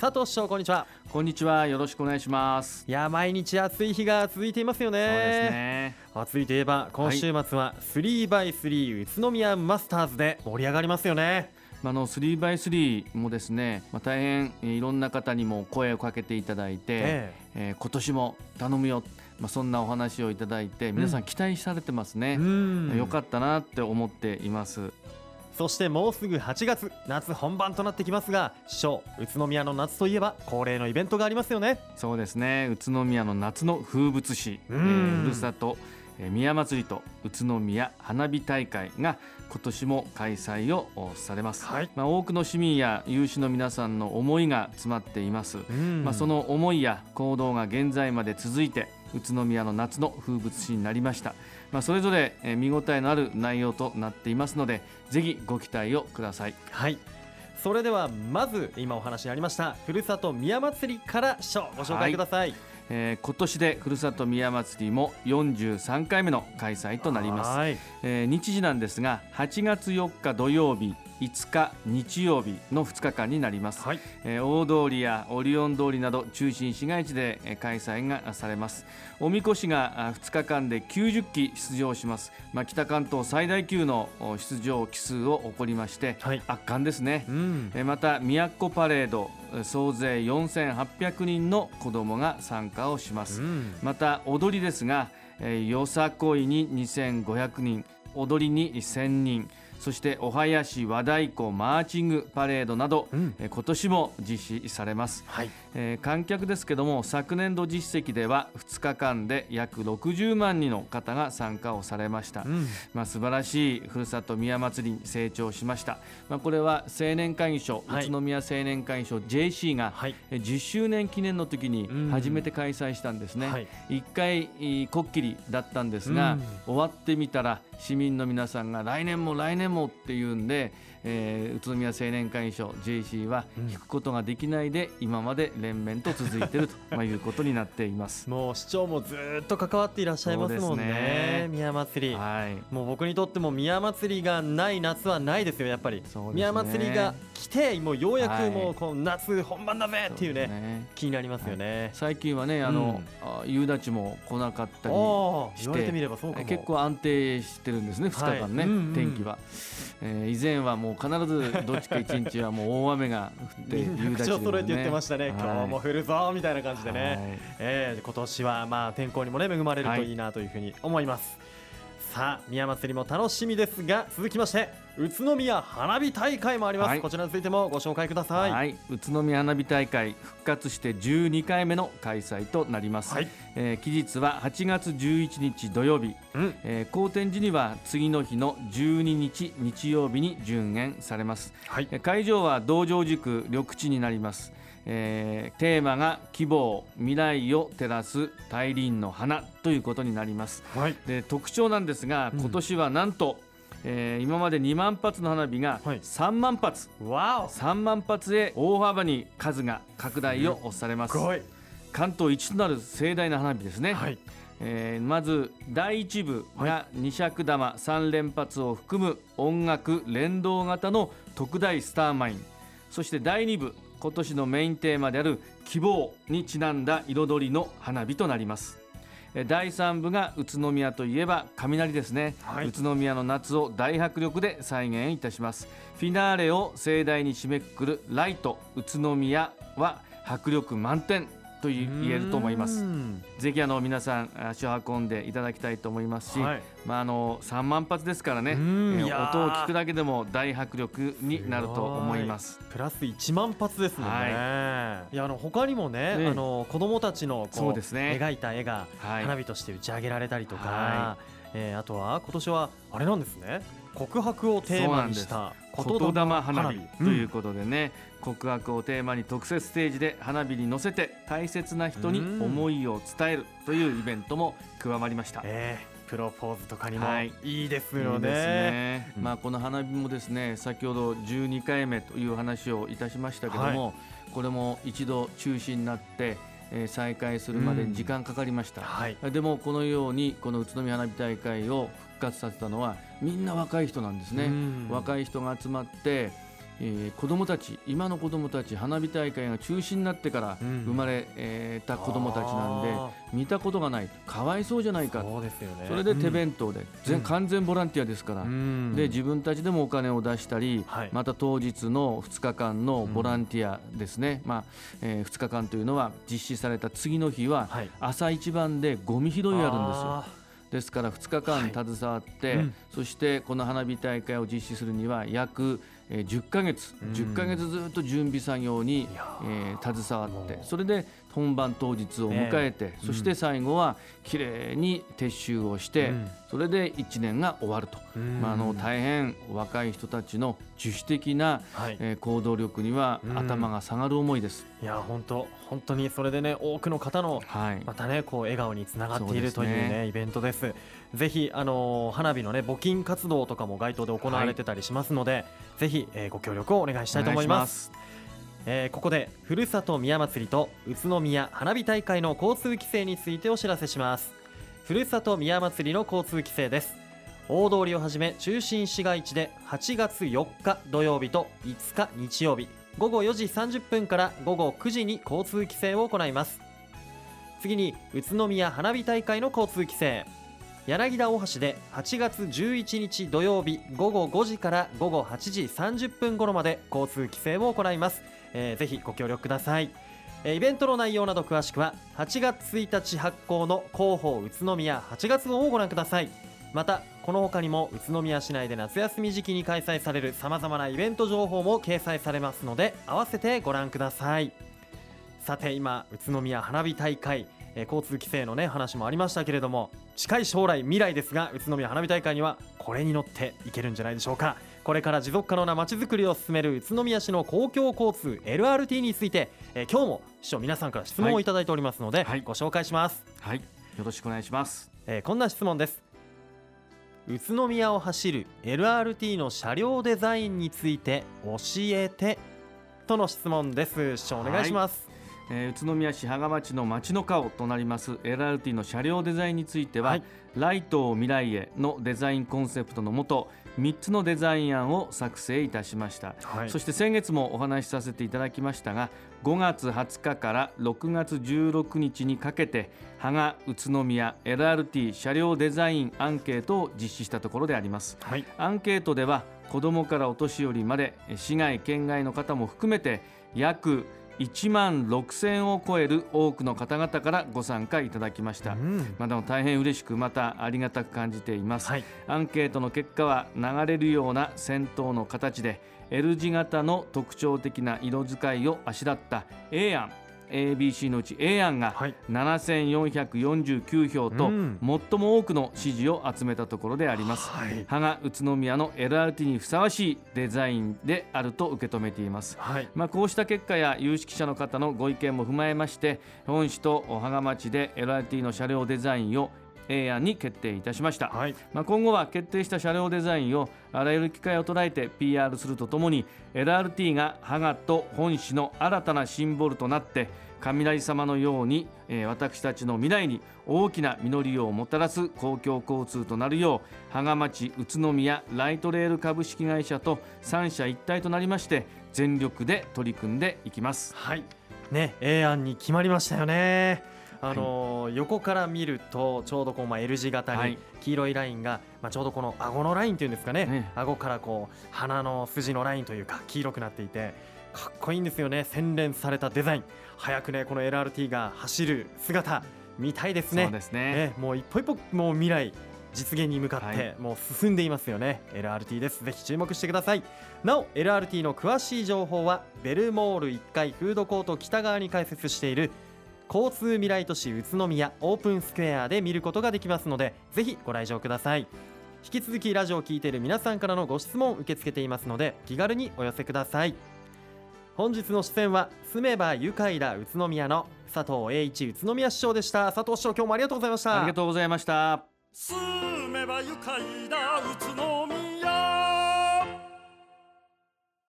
佐藤市長、こんにちは。 こんにちは、よろしくお願いします。 いや、毎日暑い日が続いていますよね。 そうですね。 暑いといえば今週末は 3x3 宇都宮マスターズで盛り上がりますよね。 3x3 もですね、大変いろんな方にも声をかけていただいて、今年も頼むよ、そんなお話をいただいて皆さん期待されてますね。よかったなって思っています。 そしてもうすぐ8月、夏本番となってきますが、市長、宇都宮の夏といえば恒例のイベントがありますよね。 そうですね、宇都宮の夏の風物詩、ふるさと宮祭りと宇都宮花火大会が今年も開催をされます。多くの市民や有志の皆さんの思いが詰まっています。その思いや行動が現在まで続いて宇都宮の夏の風物詩になりました。それぞれ見応えのある内容となっていますので、ぜひご期待をください。 はい、それではまず今お話にありましたふるさと宮祭りから市長、ご紹介ください。 今年でふるさと宮祭りも43回目の開催となります。日時なんですが8月4日土曜日、5日日曜日の2日間になります。大通りやオリオン通りなど中心市街地で開催がされます。おみこしが2日間で90機出場します。北関東最大級の出場機数を誇りまして、圧巻ですね。また都パレード、総勢4800人の子どもが参加をします。また踊りですが、よさこいに2500人、踊りに1000人、そしてお囃子、和太鼓、マーチングパレードなど、今年も実施されます。観客ですけども、昨年度実績では2日間で約60万人の方が参加をされました。素晴らしいふるさと宮祭りに成長しました。これは青年会議所、宇都宮青年会議所 JC が10周年記念の時に初めて開催したんですね。1回こっきりだったんですが、終わってみたら市民の皆さんが来年も来年もっていうんで、宇都宮青年会議所 JC は引くことができないで、今まで連綿と続いているということになっています。 もう市長もずっと関わっていらっしゃいますもんね。宮祭り、もう僕にとっても宮祭りがない夏はないですよ。やっぱり宮祭りが来て、もうようやくもうこの夏本番だぜっていうね、気になりますよね。 最近はね、夕立も来なかったりして、 言われてみればそうかも。 結構安定してるんですね、2日間ね、天気は。以前はもう必ずどっちか1日はもう大雨が降って夕立で、ね、 口を揃えて言ってましたね。今日も降るぞみたいな感じでね。今年は天候にもね恵まれるといいなというふうに思います。さあ、宮祭りも楽しみですが、続きまして宇都宮花火大会もあります。こちらについてもご紹介ください。 宇都宮花火大会復活して12回目の開催となります。期日は8月11日土曜日、好天寺には次の日の12日日曜日に順延されます。会場は道場塾緑地になります。テーマが希望、未来を照らす大輪の花ということになります。で、特徴なんですが、今年はなんと、今まで2万発の花火が3万発、3万発へ大幅に数が拡大をされます。関東一となる盛大な花火ですね。まず第1部が2尺玉3連発を含む音楽連動型の特大スターマイン、そして第2部、今年のメインテーマである希望にちなんだ彩りの花火となります。第3部が宇都宮といえば雷ですね。宇都宮の夏を大迫力で再現いたします。フィナーレを盛大に締めくくるライト宇都宮は迫力満点と言えると思います。ぜひ皆さん足を運んでいただきたいと思いますし、3万発ですからね、音を聞くだけでも大迫力になると思います。 プラス1万発ですもんね。いや、他にもね、子どもたちの描いた絵が花火として打ち上げられたりとか、あとは今年はあれなんですね、告白をテーマにした言霊花火ということでね、告白をテーマに特設ステージで花火に乗せて大切な人に思いを伝えるというイベントも加わりました。 プロポーズとかにもいいですよね。 この花火もですね、先ほど12回目という話をいたしましたけども、これも一度中止になって再開するまでに時間かかりました。でもこのようにこの宇都宮花火大会を復活させたのはみんな若い人なんですね。若い人が集まって子どもたち、今の子どもたち、花火大会が中止になってから生まれた子どもたちなんで、見たことがない、かわいそうじゃないか。 そうですよね。 それで手弁当で、完全ボランティアですから、で自分たちでもお金を出したり、また当日の2日間のボランティアですね、2日間というのは実施された次の日は朝一番でゴミ拾いあるんですよ。ですから2日間携わって、そしてこの花火大会を実施するには約10ヶ月ずっと準備作業に携わって、それで本番当日を迎えて、そして最後はきれいに撤収をして、それで1年が終わると、大変若い人たちの自主的な行動力には頭が下がる思いです。 いや本当にそれでね、多くの方のまたねこう笑顔につながっているというねイベントです。ぜひ花火のね募金活動とかも街頭で行われてたりしますので、ぜひご協力をお願いしたいと思います。ここでふるさと宮祭りと宇都宮花火大会の交通規制についてお知らせします。ふるさと宮祭りの交通規制です。大通りをはじめ中心市街地で8月4日土曜日と5日日曜日午後4時30分から午後9時に交通規制を行います。次に宇都宮花火大会の交通規制、柳田大橋で8月11日土曜日午後5時から午後8時30分頃まで交通規制を行います。ぜひご協力ください。イベントの内容など詳しくは8月1日発行の広報宇都宮8月号をご覧ください。またこの他にも宇都宮市内で夏休み時期に開催されるさまざまなイベント情報も掲載されますので、合わせてご覧ください。さて今宇都宮花火大会、交通規制のね話もありましたけれども、近い将来未来ですが宇都宮花火大会にはこれに乗っていけるんじゃないでしょうか。これから持続可能なまちづくりを進める宇都宮市の公共交通 LRT について、今日も市長皆さんから質問をいただいておりますので、ご紹介します。 はい、よろしくお願いします。 こんな質問です。宇都宮を走る LRT の車両デザインについて教えてとの質問です。市長お願いします。 宇都宮市芳賀町の街の顔となります LRT の車両デザインについては、ライトを未来へのデザインコンセプトのもと3つのデザイン案を作成いたしました。そして先月もお話しさせていただきましたが、5月20日から6月16日にかけて芳賀宇都宮 LRT 車両デザインアンケートを実施したところであります。アンケートでは子どもからお年寄りまで市外県外の方も含めて約1万6000を超える多くの方々からご参加いただきました。まだ大変嬉しく、またありがたく感じています。アンケートの結果は流れるような先頭の形で L 字型の特徴的な色使いをあしらった A 案、ABC のうち A 案が7449票と最も多くの支持を集めたところであります。芳賀宇都宮の LRT にふさわしいデザインであると受け止めています。こうした結果や有識者の方のご意見も踏まえまして、本市と芳賀町で LRT の車両デザインをA 案に決定いたしました。今後は決定した車両デザインをあらゆる機会を捉えて PR するとともに LRT が芳賀と本市の新たなシンボルとなって雷様のように、私たちの未来に大きな実りをもたらす公共交通となるよう芳賀町宇都宮ライトレール株式会社と三者一体となりまして全力で取り組んでいきます。 A 案に決まりましたよね。横から見るとちょうどL 字型に黄色いラインが、ちょうどこの顎のラインというんですかね、顎から鼻の筋のラインというか黄色くなっていてかっこいいんですよね。洗練されたデザイン、早くねこの LRT が走る姿見たいですね。 そうですね。 もう一歩一歩もう未来実現に向かってもう進んでいますよね。 LRT です。ぜひ注目してください。なお LRT の詳しい情報はベルモール1階フードコート北側に開設している交通未来都市宇都宮オープンスクエアで見ることができますので、ぜひご来場ください。引き続きラジオを聞いている皆さんからのご質問を受け付けていますので気軽にお寄せください。本日の出演は住めば愉快だ宇都宮の佐藤栄一宇都宮市長でした。佐藤市長、今日もありがとうございました。 ありがとうございました。 住めば愉快だ宇都宮